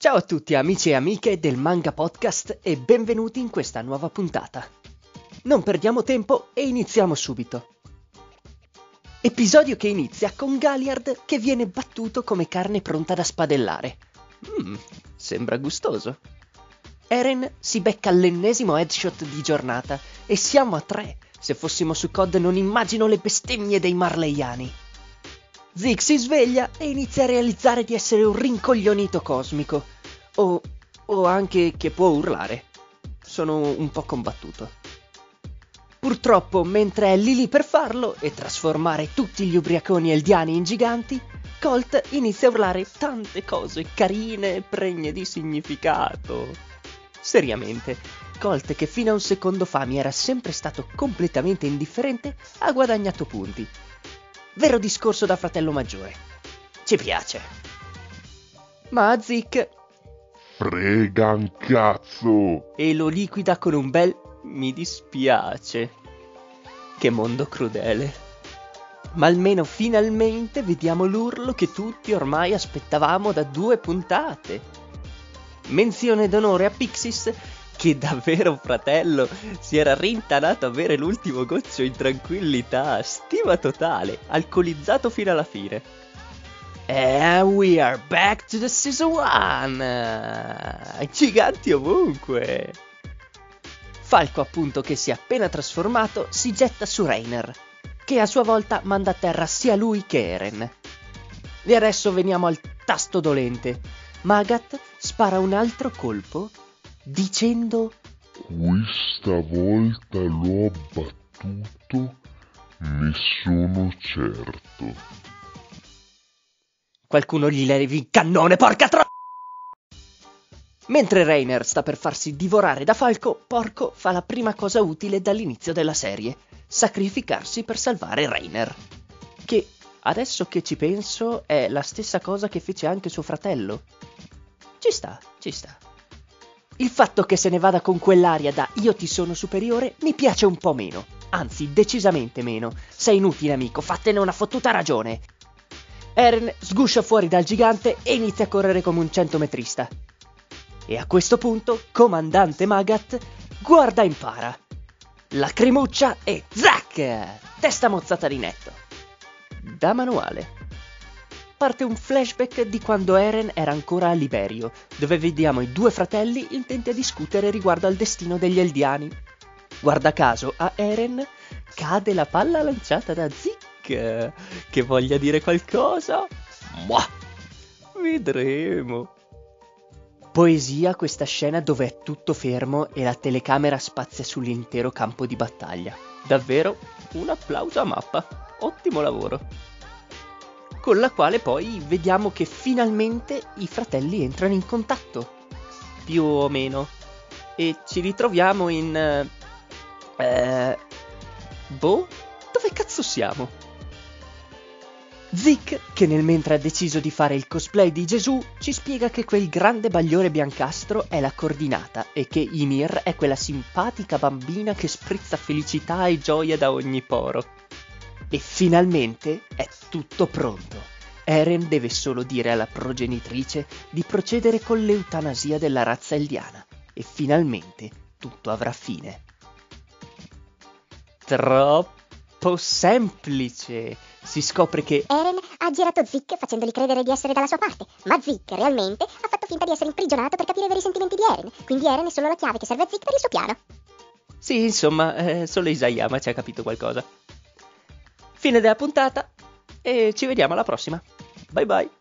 Ciao a tutti amici e amiche del Manga Podcast e benvenuti in questa nuova puntata. Non perdiamo tempo e iniziamo subito. Episodio che inizia con Galliard che viene battuto come carne pronta da spadellare. Sembra gustoso. Eren si becca l'ennesimo headshot di giornata e siamo a 3. Se fossimo su COD non immagino le bestemmie dei marleyani. Zeke si sveglia e inizia a realizzare di essere un rincoglionito cosmico. O anche che può urlare. Sono un po' combattuto. Purtroppo, mentre è lì per farlo e trasformare tutti gli ubriaconi eldiani in giganti, Colt inizia a urlare tante cose carine e pregne di significato. Seriamente, Colt, che fino a un secondo fa mi era sempre stato completamente indifferente, ha guadagnato punti. Vero discorso da fratello maggiore. Ci piace. Ma a Zeke frega un cazzo! E lo liquida con un bel mi dispiace. Che mondo crudele. Ma almeno finalmente vediamo l'urlo che tutti ormai aspettavamo da 2 puntate. Menzione d'onore a Pixis, che davvero fratello si era rintanato a bere l'ultimo goccio in tranquillità, stima totale, alcolizzato fino alla fine. And we are back to the season 1! Giganti ovunque! Falco, appunto, che si è appena trasformato, si getta su Reiner, che a sua volta manda a terra sia lui che Eren. E adesso veniamo al tasto dolente. Magat spara un altro colpo dicendo: questa volta l'ho abbattuto, ne sono certo. Qualcuno gli levi il cannone, porca tro... Mentre Reiner sta per farsi divorare da Falco, Porco fa la prima cosa utile dall'inizio della serie: sacrificarsi per salvare Reiner. Che, adesso che ci penso, è la stessa cosa che fece anche suo fratello. Ci sta. Il fatto che se ne vada con quell'aria da io ti sono superiore mi piace un po' meno. Anzi, decisamente meno. Sei inutile, amico, fattene una fottuta ragione. Eren sguscia fuori dal gigante e inizia a correre come un 100-metrista. E a questo punto, comandante Magat guarda e impara. Lacrimuccia e zac! Testa mozzata di netto. Da manuale. Parte un flashback di quando Eren era ancora a Liberio, dove vediamo i 2 fratelli intenti a discutere riguardo al destino degli Eldiani. Guarda caso, a Eren cade la palla lanciata da Zeke. Che voglia dire qualcosa? Muah! Vedremo. Poesia questa scena dove è tutto fermo e la telecamera spazia sull'intero campo di battaglia. Davvero un applauso a Mappa. Ottimo lavoro. Con la quale poi vediamo che finalmente i fratelli entrano in contatto. Più o meno. E ci ritroviamo in... Dove cazzo siamo? Zeke, che nel mentre ha deciso di fare il cosplay di Gesù, ci spiega che quel grande bagliore biancastro è la coordinata e che Ymir è quella simpatica bambina che sprizza felicità e gioia da ogni poro. E finalmente è tutto pronto. Eren deve solo dire alla progenitrice di procedere con l'eutanasia della razza eldiana e finalmente tutto avrà fine. Troppo semplice! Si scopre che Eren ha girato Zeke facendogli credere di essere dalla sua parte, ma Zeke realmente ha fatto finta di essere imprigionato per capire i veri sentimenti di Eren, quindi Eren è solo la chiave che serve a Zeke per il suo piano. Sì, insomma, solo Isayama ci ha capito qualcosa. Fine della puntata e ci vediamo alla prossima. Bye bye.